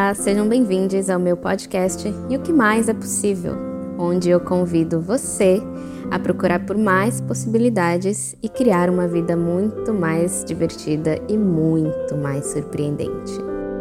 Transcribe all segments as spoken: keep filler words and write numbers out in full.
Olá, sejam bem-vindos ao meu podcast E o que mais é possível, onde eu convido você a procurar por mais possibilidades e criar uma vida muito mais divertida e muito mais surpreendente.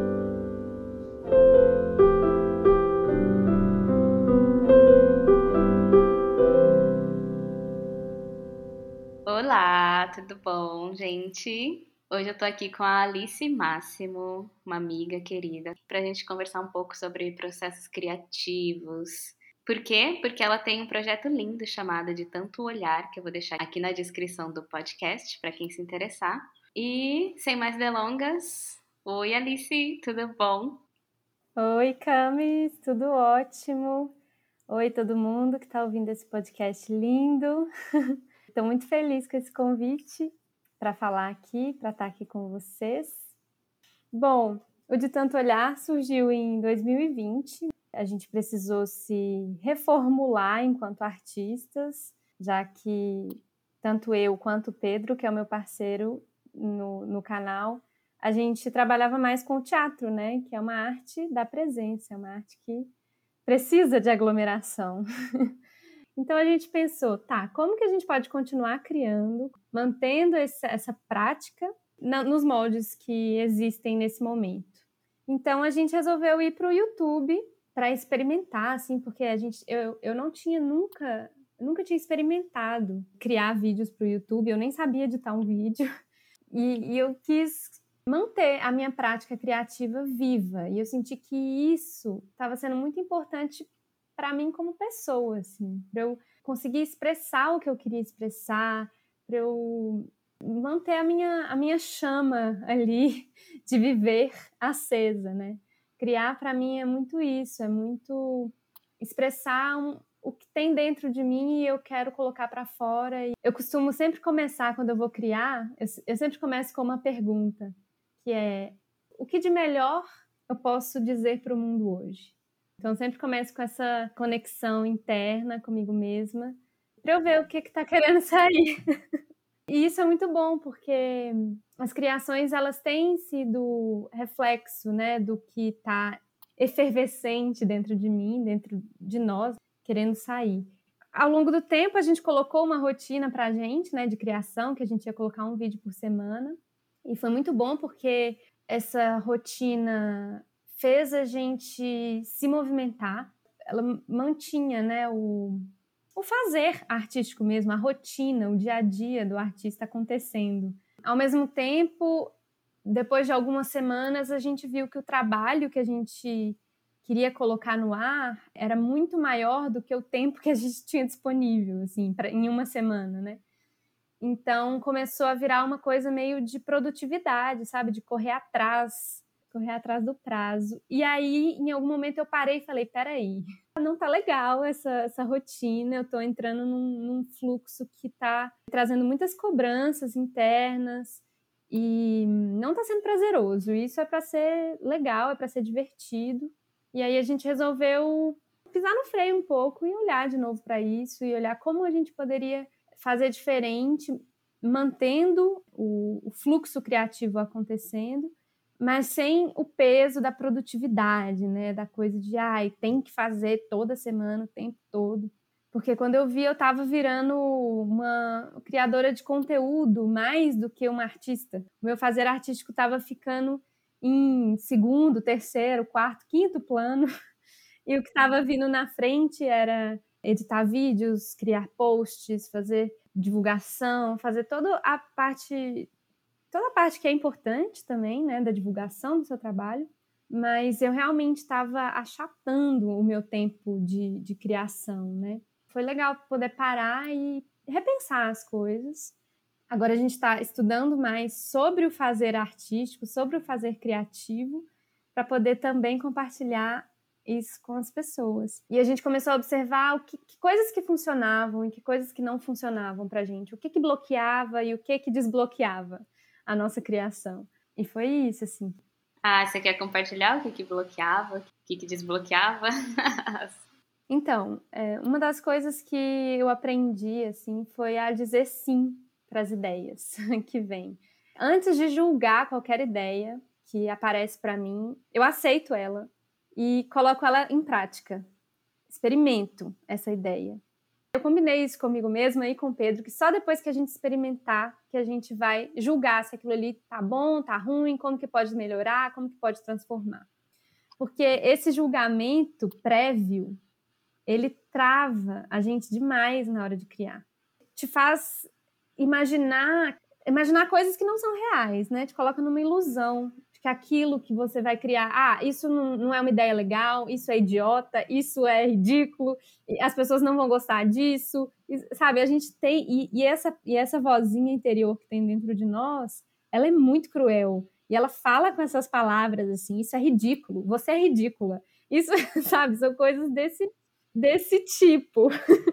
Olá, tudo bom, gente? Hoje eu tô aqui com a Alice Máximo, uma amiga querida, pra gente conversar um pouco sobre processos criativos. Por quê? Porque ela tem um projeto lindo chamado De Tanto Olhar, que eu vou deixar aqui na descrição do podcast para quem se interessar. E, sem mais delongas, oi Alice, tudo bom? Oi, Camis, tudo ótimo. Oi, todo mundo que está ouvindo esse podcast lindo. Estou muito feliz com esse convite para falar aqui, para estar aqui com vocês. Bom, o De Tanto Olhar surgiu em dois mil e vinte. A gente precisou se reformular enquanto artistas, já que tanto eu quanto o Pedro, que é o meu parceiro no, no canal, a gente trabalhava mais com o teatro, né? Que é uma arte da presença, é uma arte que precisa de aglomeração. Então a gente pensou, tá, como que a gente pode continuar criando, mantendo esse, essa prática na, nos moldes que existem nesse momento? Então a gente resolveu ir para o YouTube para experimentar, assim, porque a gente, eu, eu não tinha nunca, nunca tinha experimentado criar vídeos para o YouTube, eu nem sabia editar um vídeo, e, e eu quis manter a minha prática criativa viva, e eu senti que isso estava sendo muito importante para mim como pessoa, assim, para eu conseguir expressar o que eu queria expressar, para eu manter a minha, a minha chama ali de viver acesa, né? Criar para mim é muito isso, é muito expressar um, o que tem dentro de mim e eu quero colocar para fora. E eu costumo sempre começar, quando eu vou criar, eu, eu sempre começo com uma pergunta, que é: o que de melhor eu posso dizer para o mundo hoje? Então, sempre começo com essa conexão interna comigo mesma, para eu ver o que está querendo sair. E isso é muito bom, porque as criações, elas têm sido reflexo, né, do que está efervescente dentro de mim, dentro de nós, querendo sair. Ao longo do tempo, a gente colocou uma rotina para a gente, né, de criação, que a gente ia colocar um vídeo por semana. E foi muito bom, porque essa rotina fez a gente se movimentar. Ela mantinha, né, o, o fazer artístico mesmo, a rotina, o dia a dia do artista acontecendo. Ao mesmo tempo, depois de algumas semanas, a gente viu que o trabalho que a gente queria colocar no ar era muito maior do que o tempo que a gente tinha disponível, assim, pra, em uma semana, né? Então, começou a virar uma coisa meio de produtividade, sabe? De correr atrás, correr atrás do prazo. E aí, em algum momento, eu parei e falei, peraí, não tá legal essa, essa rotina, eu tô entrando num, num fluxo que tá trazendo muitas cobranças internas e não tá sendo prazeroso. Isso é para ser legal, é para ser divertido. E aí a gente resolveu pisar no freio um pouco e olhar de novo para isso e olhar como a gente poderia fazer diferente, mantendo o, o fluxo criativo acontecendo, mas sem o peso da produtividade, né? Da coisa de, ai, tem que fazer toda semana, o tempo todo. Porque quando eu vi, eu estava virando uma criadora de conteúdo mais do que uma artista. O meu fazer artístico estava ficando em segundo, terceiro, quarto, quinto plano. E o que estava vindo na frente era editar vídeos, criar posts, fazer divulgação, fazer toda a parte, toda a parte que é importante também, né, da divulgação do seu trabalho. Mas eu realmente estava achatando o meu tempo de, de criação, né? Foi legal poder parar e repensar as coisas. Agora a gente está estudando mais sobre o fazer artístico, sobre o fazer criativo, para poder também compartilhar isso com as pessoas. E a gente começou a observar o que, que coisas que funcionavam e que coisas que não funcionavam para a gente, o que, que bloqueava e o que, que desbloqueava a nossa criação. E foi isso, assim. Ah, você quer compartilhar o que que bloqueava, o que que desbloqueava? Então, é, uma das coisas que eu aprendi, assim, foi a dizer sim para as ideias que vêm. Antes de julgar qualquer ideia que aparece para mim, eu aceito ela e coloco ela em prática. Experimento essa ideia. Eu combinei isso comigo mesma e com o Pedro, que só depois que a gente experimentar que a gente vai julgar se aquilo ali tá bom, tá ruim, como que pode melhorar, como que pode transformar. Porque esse julgamento prévio, ele trava a gente demais na hora de criar. Te faz imaginar, imaginar coisas que não são reais, né? Te coloca numa ilusão de que aquilo que você vai criar, ah, isso não, não é uma ideia legal, isso é idiota, isso é ridículo, as pessoas não vão gostar disso, sabe? A gente tem, e, e, essa, e essa vozinha interior que tem dentro de nós, ela é muito cruel. E ela fala com essas palavras assim, isso é ridículo, você é ridícula. Isso, sabe, são coisas desse, desse tipo.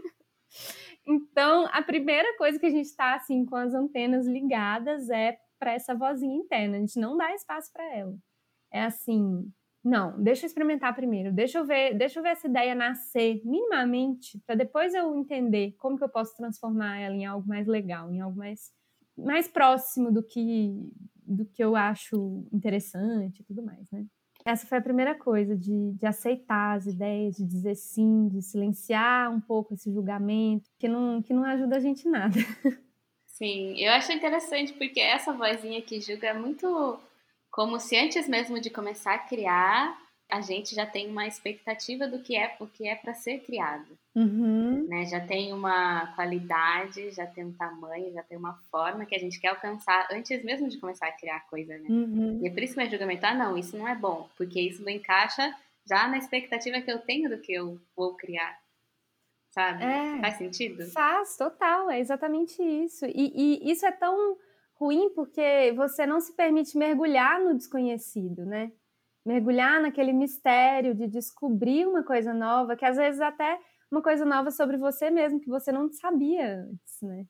Então, a primeira coisa que a gente está assim, com as antenas ligadas é para essa vozinha interna. A gente não dá espaço para ela. É assim, não, deixa eu experimentar primeiro, deixa eu ver, deixa eu ver essa ideia nascer minimamente, para depois eu entender como que eu posso transformar ela em algo mais legal, em algo mais, mais próximo do que, do que eu acho interessante e tudo mais, né? Essa foi a primeira coisa, de, de aceitar as ideias, de dizer sim, de silenciar um pouco esse julgamento, que não, que não ajuda a gente em nada. Sim, eu acho interessante porque essa vozinha que julga é muito como se antes mesmo de começar a criar, a gente já tem uma expectativa do que é, o que é para ser criado. Uhum. Né? Já tem uma qualidade, já tem um tamanho, já tem uma forma que a gente quer alcançar antes mesmo de começar a criar a coisa, né? Uhum. E é por isso que meu julgamento, ah, não, isso não é bom, porque isso não encaixa já na expectativa que eu tenho do que eu vou criar, sabe? É, Faz sentido? Faz, total, é exatamente isso. E, e isso é tão ruim porque você não se permite mergulhar no desconhecido, né? Mergulhar naquele mistério de descobrir uma coisa nova, que às vezes até uma coisa nova sobre você mesmo, que você não sabia antes, né?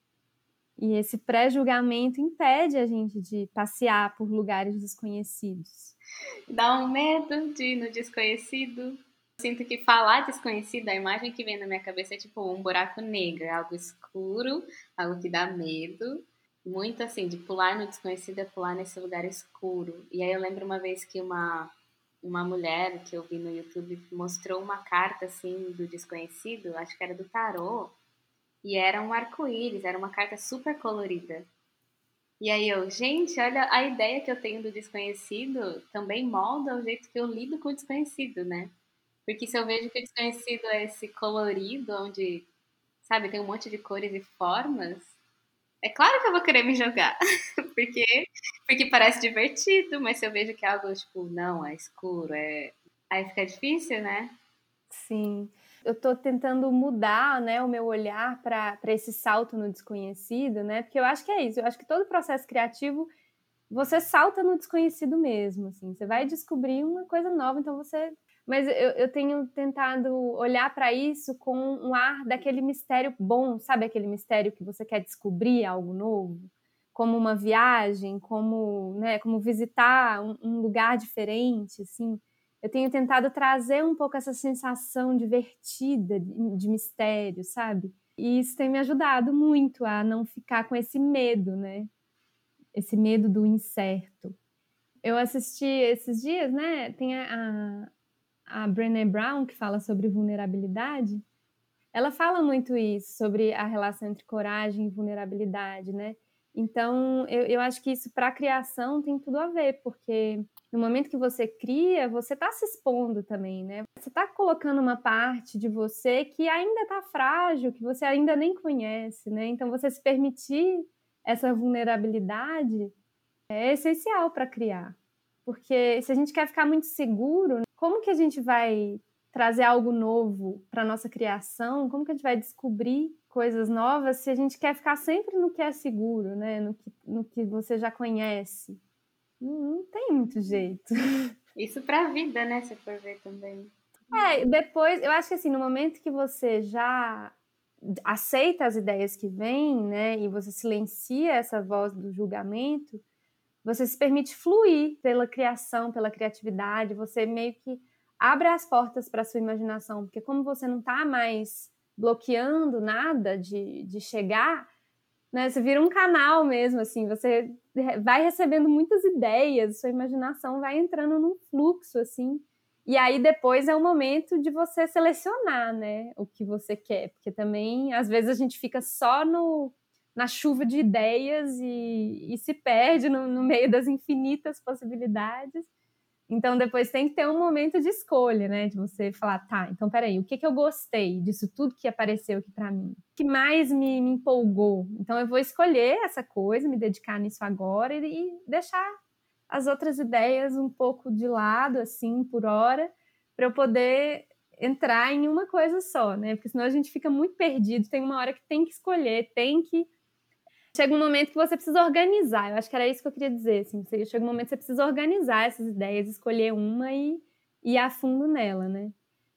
E esse pré-julgamento impede a gente de passear por lugares desconhecidos. Dá um medo de ir no desconhecido. Sinto que falar desconhecido, a imagem que vem na minha cabeça é tipo um buraco negro, é algo escuro, algo que dá medo. Muito assim, de pular no desconhecido é pular nesse lugar escuro. E aí eu lembro uma vez que uma, uma mulher que eu vi no YouTube mostrou uma carta assim do desconhecido, acho que era do tarô, e era um arco-íris, era uma carta super colorida. E aí eu, gente, olha a ideia que eu tenho do desconhecido também molda o jeito que eu lido com o desconhecido, né? Porque se eu vejo que o desconhecido é esse colorido, onde, sabe, tem um monte de cores e formas, é claro que eu vou querer me jogar. porque, porque parece divertido, mas se eu vejo que é algo, tipo, não, é escuro, é... aí fica difícil, né? Sim. Eu estou tentando mudar, né, o meu olhar para esse salto no desconhecido, né? Porque eu acho que é isso. Eu acho que todo processo criativo, você salta no desconhecido mesmo, assim. Você vai descobrir uma coisa nova, então você... Mas eu, eu tenho tentado olhar para isso com um ar daquele mistério bom, sabe? Aquele mistério que você quer descobrir algo novo, como uma viagem, como, né, como visitar um, um lugar diferente, assim. Eu tenho tentado trazer um pouco essa sensação divertida, de, de mistério, sabe? E isso tem me ajudado muito a não ficar com esse medo, né? Esse medo do incerto. Eu assisti esses dias, né? Tem a, a, a Brené Brown, que fala sobre vulnerabilidade. Ela fala muito isso, sobre a relação entre coragem e vulnerabilidade, né? Então, eu, eu acho que isso para a criação tem tudo a ver, porque no momento que você cria, você está se expondo também, né? Você está colocando uma parte de você que ainda está frágil, que você ainda nem conhece, né? Então, você se permitir essa vulnerabilidade é essencial para criar. Porque se a gente quer ficar muito seguro, como que a gente vai trazer algo novo para nossa criação? Como que a gente vai descobrir coisas novas se a gente quer ficar sempre no que é seguro, né? No que, no que você já conhece? Não, não tem muito jeito. Isso pra vida, né? Se for ver também. É, depois, eu acho que assim, no momento que você já aceita as ideias que vêm, né? E você silencia essa voz do julgamento, você se permite fluir pela criação, pela criatividade, você meio que abre as portas para a sua imaginação, porque como você não está mais bloqueando nada de, de chegar, né? Você vira um canal mesmo, assim, você vai recebendo muitas ideias, sua imaginação vai entrando num fluxo, assim, e aí depois é o momento de você selecionar, né, o que você quer, porque também, às vezes, a gente fica só no, na chuva de ideias e, e se perde no, no meio das infinitas possibilidades. Então, depois tem que ter um momento de escolha, né? De você falar, tá, então peraí, o que, que eu gostei disso tudo que apareceu aqui para mim? O que mais me, me empolgou? Então, eu vou escolher essa coisa, me dedicar nisso agora e, e deixar as outras ideias um pouco de lado, assim, por hora, para eu poder entrar em uma coisa só, né? Porque senão a gente fica muito perdido, tem uma hora que tem que escolher, tem que... Chega um momento que você precisa organizar, eu acho que era isso que eu queria dizer, assim, chega um momento que você precisa organizar essas ideias, escolher uma e, e ir a fundo nela, né?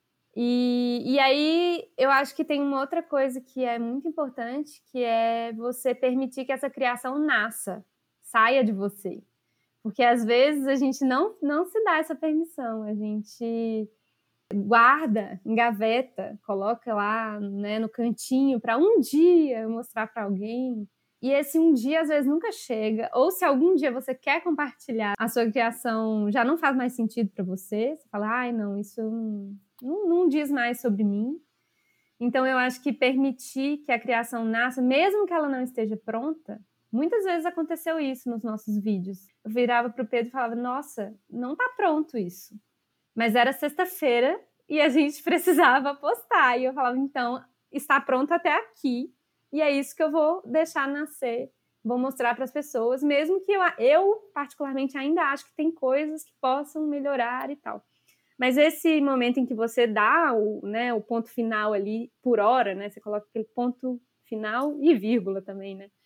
E, e aí eu acho que tem uma outra coisa que é muito importante, que é você permitir que essa criação nasça, saia de você. Porque às vezes a gente não, não se dá essa permissão, a gente guarda, engaveta, coloca lá, né, no cantinho para um dia mostrar para alguém. E esse um dia, às vezes, nunca chega. Ou se algum dia você quer compartilhar, a sua criação já não faz mais sentido para você. Você fala, ai, não, isso não, não, não diz mais sobre mim. Então, eu acho que permitir que a criação nasça, mesmo que ela não esteja pronta, muitas vezes aconteceu isso nos nossos vídeos. Eu virava para o Pedro e falava, nossa, não está pronto isso. Mas era sexta-feira e a gente precisava postar. E eu falava, então, está pronto até aqui. E é isso que eu vou deixar nascer, vou mostrar para as pessoas, mesmo que eu, eu, particularmente, ainda acho que tem coisas que possam melhorar e tal. Mas esse momento em que você dá o, né, o ponto final ali por hora, né? Você coloca aquele ponto final e vírgula também, né?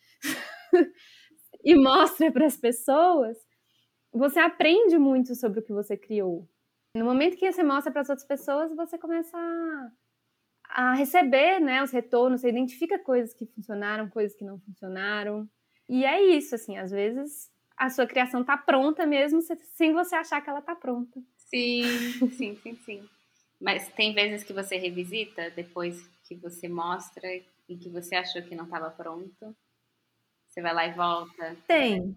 E mostra para as pessoas, você aprende muito sobre o que você criou. No momento que você mostra para as outras pessoas, você começa a a receber, né, os retornos, você identifica coisas que funcionaram, coisas que não funcionaram. E é isso, assim, às vezes a sua criação tá pronta mesmo sem você achar que ela tá pronta. Sim, sim, sim, sim. Mas tem vezes que você revisita depois que você mostra e que você achou que não estava pronto? Você vai lá e volta? Tem.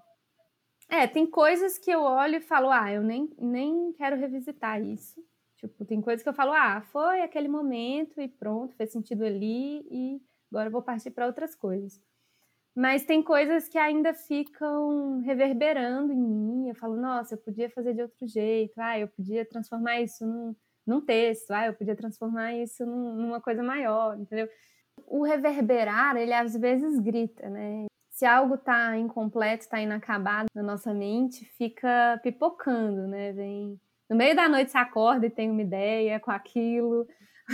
É, tem coisas que eu olho e falo, ah, eu nem, nem quero revisitar isso. Tipo, tem coisas que eu falo, ah, foi aquele momento e pronto, fez sentido ali e agora eu vou partir para outras coisas. Mas tem coisas que ainda ficam reverberando em mim. Eu falo, nossa, eu podia fazer de outro jeito. Ah, eu podia transformar isso num, num texto. Ah, eu podia transformar isso num, numa coisa maior, entendeu? O reverberar, ele às vezes grita, né? Se algo está incompleto, está inacabado na nossa mente, fica pipocando, né? Vem... No meio da noite você acorda e tem uma ideia com aquilo,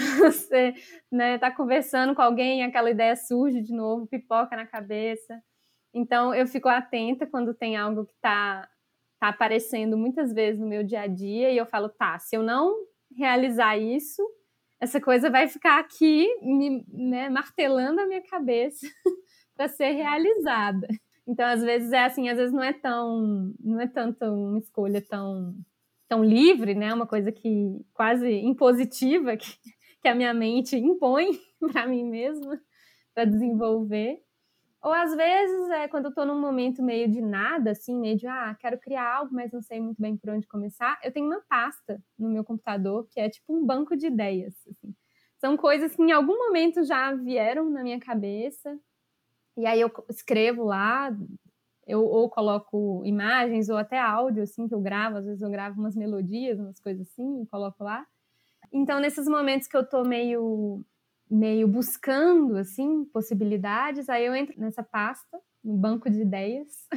você, né, tá conversando com alguém e aquela ideia surge de novo, pipoca na cabeça. Então eu fico atenta quando tem algo que tá, tá aparecendo muitas vezes no meu dia a dia e eu falo, tá, se eu não realizar isso, essa coisa vai ficar aqui me, né, martelando a minha cabeça para ser realizada. Então, às vezes é assim, às vezes não é tão, não é tanto uma escolha tão, tão livre, né? Uma coisa que quase impositiva que, que a minha mente impõe para mim mesma para desenvolver. Ou às vezes é quando eu estou num momento meio de nada, assim, meio de ah, quero criar algo, mas não sei muito bem por onde começar. Eu tenho uma pasta no meu computador que é tipo um banco de ideias. Assim. São coisas que em algum momento já vieram na minha cabeça. E aí eu escrevo lá, eu ou coloco imagens ou até áudio, assim, que eu gravo. Às vezes eu gravo umas melodias, umas coisas assim, e coloco lá. Então, nesses momentos que eu tô meio, meio buscando, assim, possibilidades, aí eu entro nessa pasta, no banco de ideias,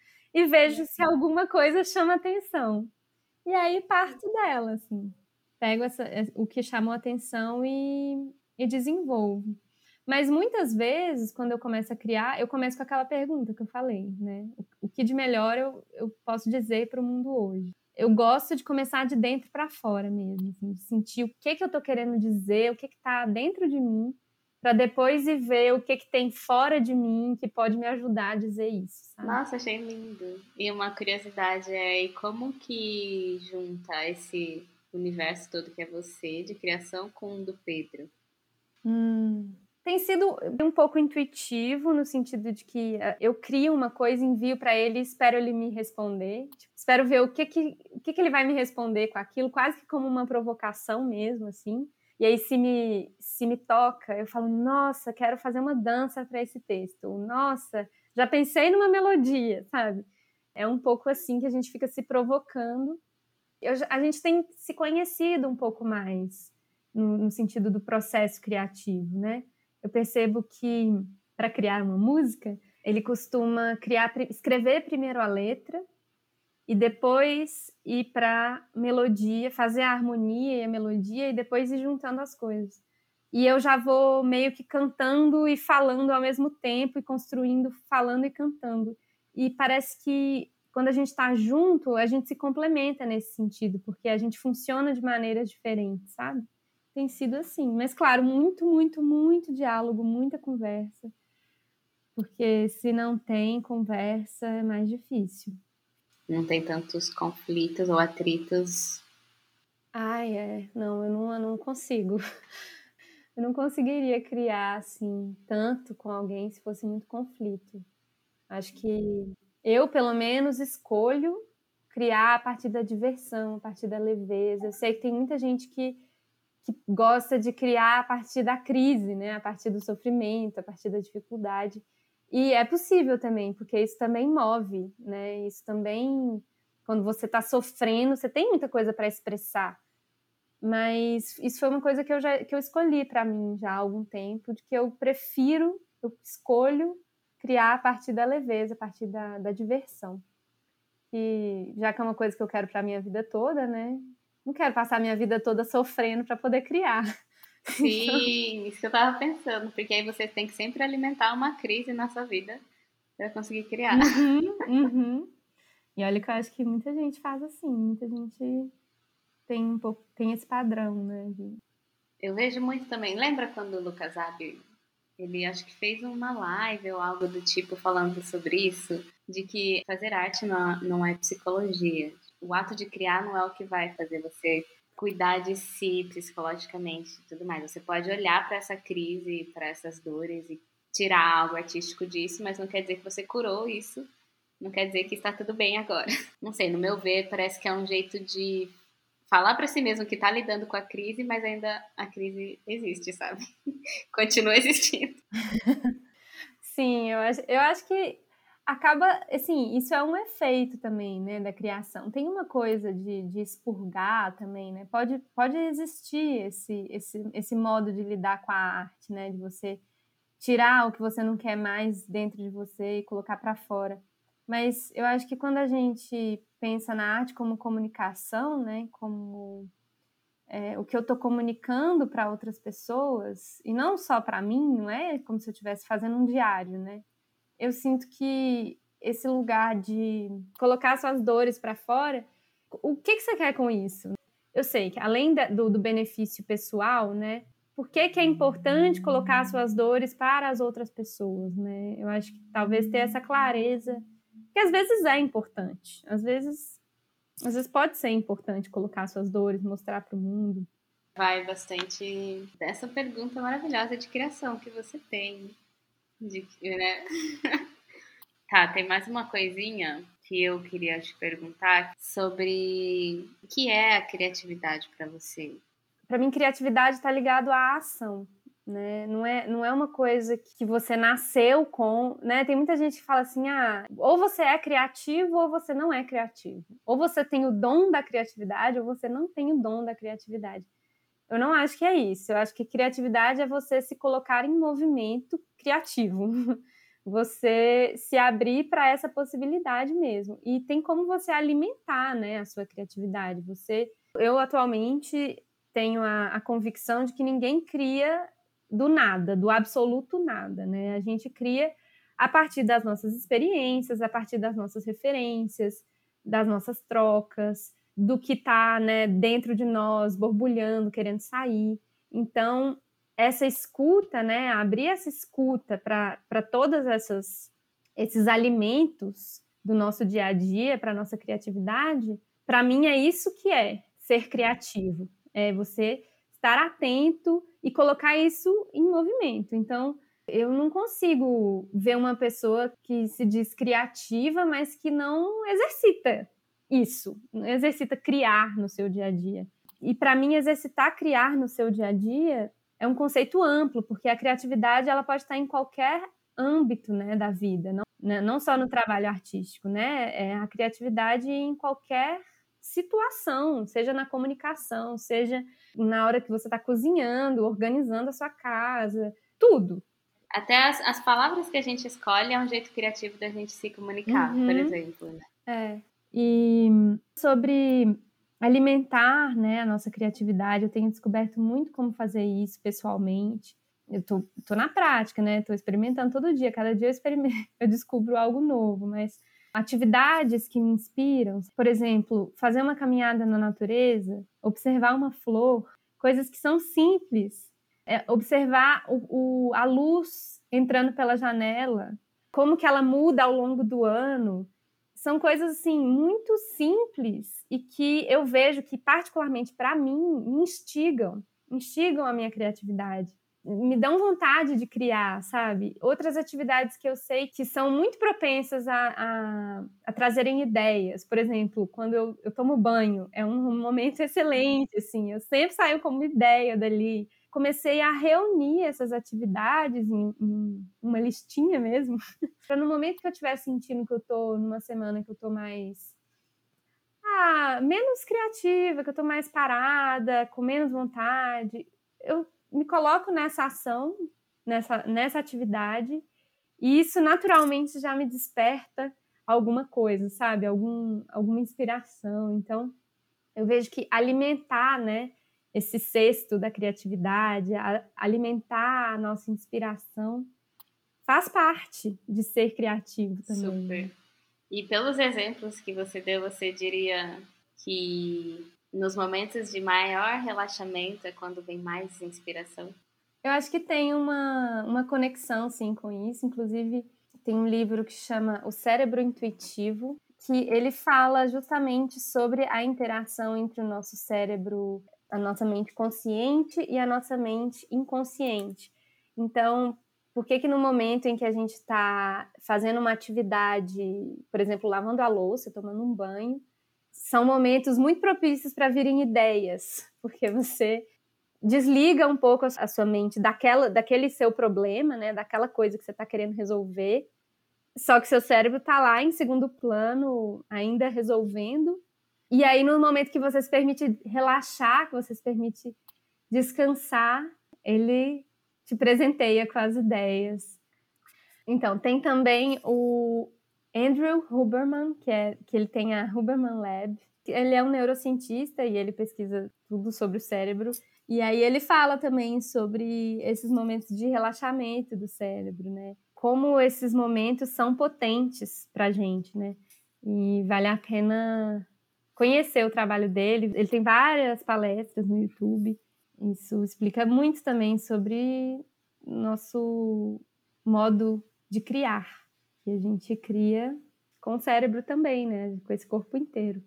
e vejo se alguma coisa chama atenção. E aí parto dela, assim. Pego essa, o que chamou atenção e, e desenvolvo. Mas muitas vezes, quando eu começo a criar, eu começo com aquela pergunta que eu falei, né? O, o que de melhor eu, eu posso dizer para o mundo hoje? Eu gosto de começar de dentro para fora mesmo, assim, de sentir o que, que eu estou querendo dizer, o que está dentro de mim, para depois ir ver o que, que tem fora de mim que pode me ajudar a dizer isso, sabe? Nossa, achei lindo. E uma curiosidade é, e como que junta esse universo todo que é você, de criação, com o do Pedro? Hum. Tem sido um pouco intuitivo, no sentido de que eu crio uma coisa, envio para ele e espero ele me responder. Tipo, espero ver o que que, o que que ele vai me responder com aquilo, quase que como uma provocação mesmo, assim. E aí, se me, se me toca, eu falo, nossa, quero fazer uma dança para esse texto. Nossa, já pensei numa melodia, sabe? É um pouco assim que a gente fica se provocando. Eu, a gente tem se conhecido um pouco mais, no, no sentido do processo criativo, né? Eu percebo que, para criar uma música, ele costuma criar, escrever primeiro a letra e depois ir para melodia, fazer a harmonia e a melodia e depois ir juntando as coisas. E eu já vou meio que cantando e falando ao mesmo tempo e construindo, falando e cantando. E parece que quando a gente está junto, a gente se complementa nesse sentido, porque a gente funciona de maneiras diferentes, sabe? Tem sido assim, mas claro, muito, muito, muito diálogo, muita conversa, porque se não tem conversa é mais difícil. Não tem tantos conflitos ou atritos. Ai, é, não, eu não, eu não consigo. Eu não conseguiria criar assim tanto com alguém se fosse muito conflito. Acho que eu, pelo menos, escolho criar a partir da diversão, a partir da leveza. Eu sei que tem muita gente que que gosta de criar a partir da crise, né? A partir do sofrimento, a partir da dificuldade. E é possível também, porque isso também move, né? Isso também, quando você está sofrendo, você tem muita coisa para expressar. Mas isso foi uma coisa que eu, já, que eu escolhi para mim já há algum tempo, de que eu prefiro, eu escolho criar a partir da leveza, a partir da, da diversão. E já que é uma coisa que eu quero para a minha vida toda, né? Não quero passar a minha vida toda sofrendo para poder criar. Sim, isso que eu tava pensando, porque aí você tem que sempre alimentar uma crise na sua vida para conseguir criar. Uhum, uhum. E olha que eu acho que muita gente faz assim, muita gente tem um pouco, tem esse padrão, né? De... Eu vejo muito também. Lembra quando o Lucas Abe, ele acho que fez uma live ou algo do tipo falando sobre isso? De que fazer arte não, não é psicologia. O ato de criar não é o que vai fazer você cuidar de si psicologicamente e tudo mais. Você pode olhar para essa crise, para essas dores e tirar algo artístico disso, mas não quer dizer que você curou isso. Não quer dizer que está tudo bem agora. Não sei, no meu ver, parece que é um jeito de falar para si mesmo que tá lidando com a crise, mas ainda a crise existe, sabe? Continua existindo. Sim, eu acho, eu acho que acaba, assim, isso é um efeito também, né, da criação. Tem uma coisa de, de expurgar também, né? Pode, pode existir esse, esse, esse modo de lidar com a arte, né? De você tirar o que você não quer mais dentro de você e colocar para fora. Mas eu acho que quando a gente pensa na arte como comunicação, né, como é, o que eu estou comunicando para outras pessoas, e não só para mim, não é como se eu estivesse fazendo um diário, né? Eu sinto que esse lugar de colocar suas dores para fora, o que, que você quer com isso? Eu sei que além da, do, do benefício pessoal, né? Por que, que é importante colocar suas dores para as outras pessoas, né? Eu acho que talvez ter essa clareza, que às vezes é importante, às vezes, às vezes pode ser importante colocar suas dores, mostrar para o mundo. Vai bastante dessa pergunta maravilhosa de criação que você tem, de, né? Tá, tem mais uma coisinha que eu queria te perguntar sobre o que é a criatividade para você. Para mim, criatividade está ligado à ação. Né? Não é, não é uma coisa que você nasceu com, né? Tem muita gente que fala assim, ah, ou você é criativo ou você não é criativo. Ou você tem o dom da criatividade ou você não tem o dom da criatividade. Eu não acho que é isso. Eu acho que criatividade é você se colocar em movimento criativo. Você se abrir para essa possibilidade mesmo. E tem como você alimentar, né, a sua criatividade. Você, eu atualmente tenho a, a convicção de que ninguém cria do nada, do absoluto nada, né? A gente cria a partir das nossas experiências, a partir das nossas referências, das nossas trocas, do que está, né, dentro de nós, borbulhando, querendo sair. Então, essa escuta, né, abrir essa escuta para todas essas esses alimentos do nosso dia a dia, para a nossa criatividade, para mim é isso que é ser criativo. É você estar atento e colocar isso em movimento. Então, eu não consigo ver uma pessoa que se diz criativa, mas que não exercita isso, não exercita criar no seu dia a dia. E para mim, exercitar criar no seu dia a dia é um conceito amplo, porque a criatividade ela pode estar em qualquer âmbito, né, da vida, não, né, não só no trabalho artístico, né? É a criatividade em qualquer situação, seja na comunicação, seja na hora que você está cozinhando, organizando a sua casa, tudo. Até as, as palavras que a gente escolhe é um jeito criativo da gente se comunicar, Uhum. por exemplo. Né? É. E sobre alimentar, né, a nossa criatividade, eu tenho descoberto muito como fazer isso pessoalmente. Eu tô, tô na prática, né? Tô experimentando todo dia. Cada dia eu, experimento, eu descubro algo novo, mas atividades que me inspiram, por exemplo, fazer uma caminhada na natureza, observar uma flor, coisas que são simples. É, observar o, o, a luz entrando pela janela, como que ela muda ao longo do ano. São coisas, assim, muito simples e que eu vejo que, particularmente para mim, me instigam, instigam a minha criatividade. Me dão vontade de criar, sabe? Outras atividades que eu sei que são muito propensas a, a, a trazerem ideias. Por exemplo, quando eu, eu tomo banho, é um momento excelente, assim. Eu sempre saio com uma ideia dali. Comecei a reunir essas atividades em, em uma listinha mesmo, para no momento que eu estiver sentindo que eu estou numa semana que eu estou mais ah, menos criativa, que eu estou mais parada, com menos vontade, eu me coloco nessa ação, nessa, nessa atividade, e isso naturalmente já me desperta alguma coisa, sabe? Algum, alguma inspiração. Então, eu vejo que alimentar, né, esse cesto da criatividade, a, alimentar a nossa inspiração, faz parte de ser criativo também. Super. E pelos exemplos que você deu, você diria que nos momentos de maior relaxamento é quando vem mais inspiração? Eu acho que tem uma, uma conexão, sim, com isso. Inclusive, tem um livro que chama O Cérebro Intuitivo, que ele fala justamente sobre a interação entre o nosso cérebro, a nossa mente consciente e a nossa mente inconsciente. Então, por que que no momento em que a gente está fazendo uma atividade, por exemplo, lavando a louça, tomando um banho, são momentos muito propícios para virem ideias, porque você desliga um pouco a sua mente daquela, daquele seu problema, né, daquela coisa que você está querendo resolver, só que seu cérebro está lá em segundo plano, ainda resolvendo, e aí no momento que você se permite relaxar, que você se permite descansar, ele te presenteia com as ideias. Então, tem também o Andrew Huberman, que, é, que ele tem a Huberman Lab. Ele é um neurocientista e ele pesquisa tudo sobre o cérebro. E aí ele fala também sobre esses momentos de relaxamento do cérebro, né? Como esses momentos são potentes pra gente, né? E vale a pena conhecer o trabalho dele. Ele tem várias palestras no YouTube. Isso explica muito também sobre nosso modo de criar, que a gente cria com o cérebro também, né? Com esse corpo inteiro.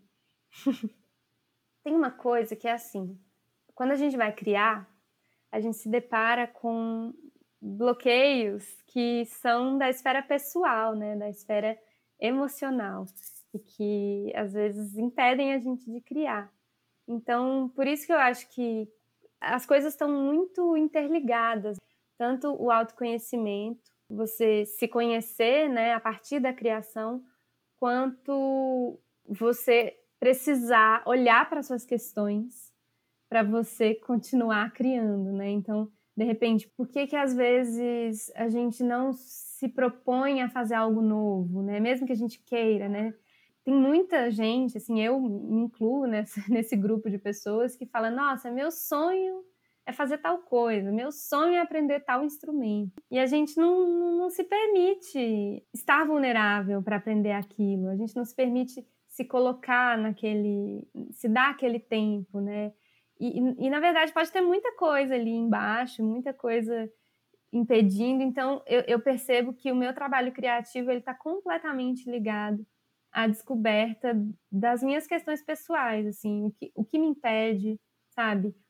Tem uma coisa que é assim, quando a gente vai criar, a gente se depara com bloqueios que são da esfera pessoal, né? Da esfera emocional, e que às vezes impedem a gente de criar. Então, por isso que eu acho que as coisas estão muito interligadas, tanto o autoconhecimento, você se conhecer, né, a partir da criação, quanto você precisar olhar para suas questões para você continuar criando, né? Então, de repente, por que que às vezes a gente não se propõe a fazer algo novo, né? Mesmo que a gente queira, né? Tem muita gente, assim, eu me incluo nessa, nesse grupo de pessoas que fala, nossa, meu sonho é fazer tal coisa, meu sonho é aprender tal instrumento. E a gente não, não, não se permite estar vulnerável para aprender aquilo, a gente não se permite se colocar naquele, se dar aquele tempo, né? E, e, e na verdade pode ter muita coisa ali embaixo, muita coisa impedindo, então eu, eu percebo que o meu trabalho criativo ele está completamente ligado à descoberta das minhas questões pessoais, assim, o que, o que me impede, sabe?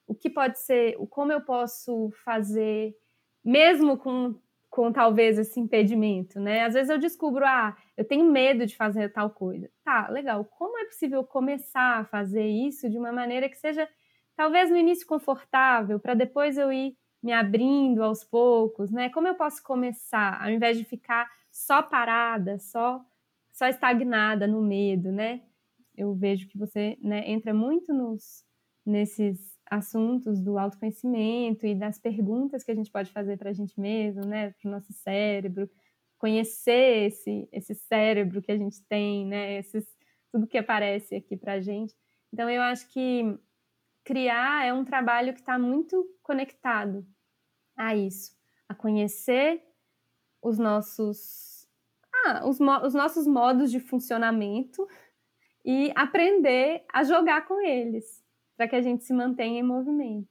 o que pode ser, como eu posso fazer, mesmo com, com talvez esse impedimento, né? Às vezes eu descubro, ah, eu tenho medo de fazer tal coisa. Tá, legal. Como é possível começar a fazer isso de uma maneira que seja, talvez no início confortável, para depois eu ir me abrindo aos poucos, né? Como eu posso começar, ao invés de ficar só parada, só, só estagnada no medo, né? Eu vejo que você, né, entra muito nos, nesses assuntos do autoconhecimento e das perguntas que a gente pode fazer para a gente mesmo, né? Para o nosso cérebro, conhecer esse, esse cérebro que a gente tem, né? Esses, tudo que aparece aqui para a gente. Então, eu acho que criar é um trabalho que está muito conectado a isso, a conhecer os nossos, ah, os, os nossos modos de funcionamento e aprender a jogar com eles, para que a gente se mantenha em movimento.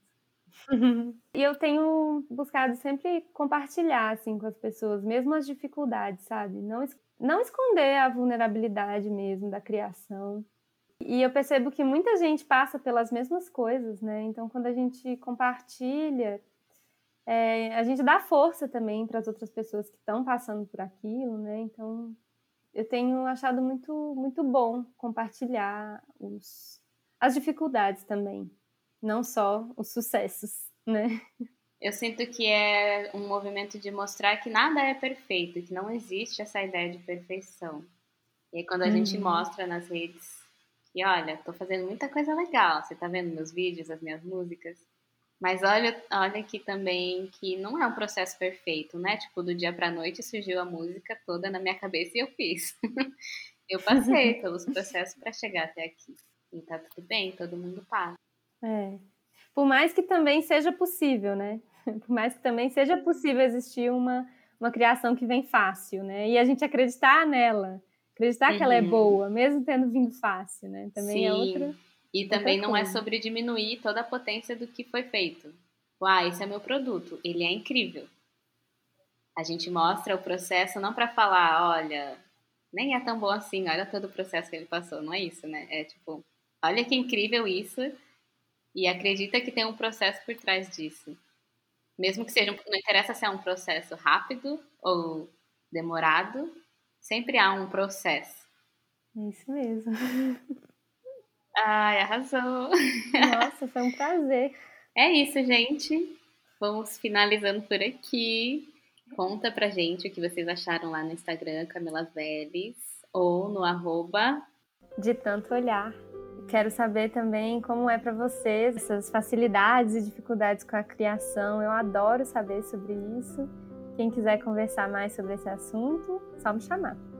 E eu tenho buscado sempre compartilhar assim, com as pessoas, mesmo as dificuldades, sabe? Não, não esconder a vulnerabilidade mesmo da criação. E eu percebo que muita gente passa pelas mesmas coisas, né? Então, quando a gente compartilha, é, a gente dá força também para as outras pessoas que estão passando por aquilo, né? Então, eu tenho achado muito, muito bom compartilhar os, as dificuldades também, não só os sucessos, né? Eu sinto que é um movimento de mostrar que nada é perfeito, que não existe essa ideia de perfeição. E aí, quando a uhum. gente mostra nas redes que, olha, tô fazendo muita coisa legal, você tá vendo meus vídeos, as minhas músicas, mas olha, olha aqui também que não é um processo perfeito, né? Tipo, do dia pra noite surgiu a música toda na minha cabeça e eu fiz. Eu passei pelos processos para chegar até aqui. E tá tudo bem, todo mundo passa. É. Por mais que também seja possível, né? Por mais que também seja possível existir uma, uma criação que vem fácil, né? E a gente acreditar nela, acreditar uhum. que ela é boa, mesmo tendo vindo fácil, né? Também Sim. é outra. E também outra não coisa. É sobre diminuir toda a potência do que foi feito. Ah, esse é meu produto, ele é incrível. A gente mostra o processo não para falar, olha, nem é tão bom assim, olha todo o processo que ele passou, não é isso, né? É tipo, olha que incrível isso e acredita que tem um processo por trás disso. Mesmo que seja, não interessa se é um processo rápido ou demorado, sempre há um processo. É isso mesmo. Ai, arrasou! Nossa, foi um prazer. É isso, gente. Vamos finalizando por aqui. Conta pra gente o que vocês acharam lá no Instagram, Camila Vélez, ou no arroba De Tanto Olhar. Quero saber também como é para vocês essas facilidades e dificuldades com a criação. Eu adoro saber sobre isso. Quem quiser conversar mais sobre esse assunto, só me chamar.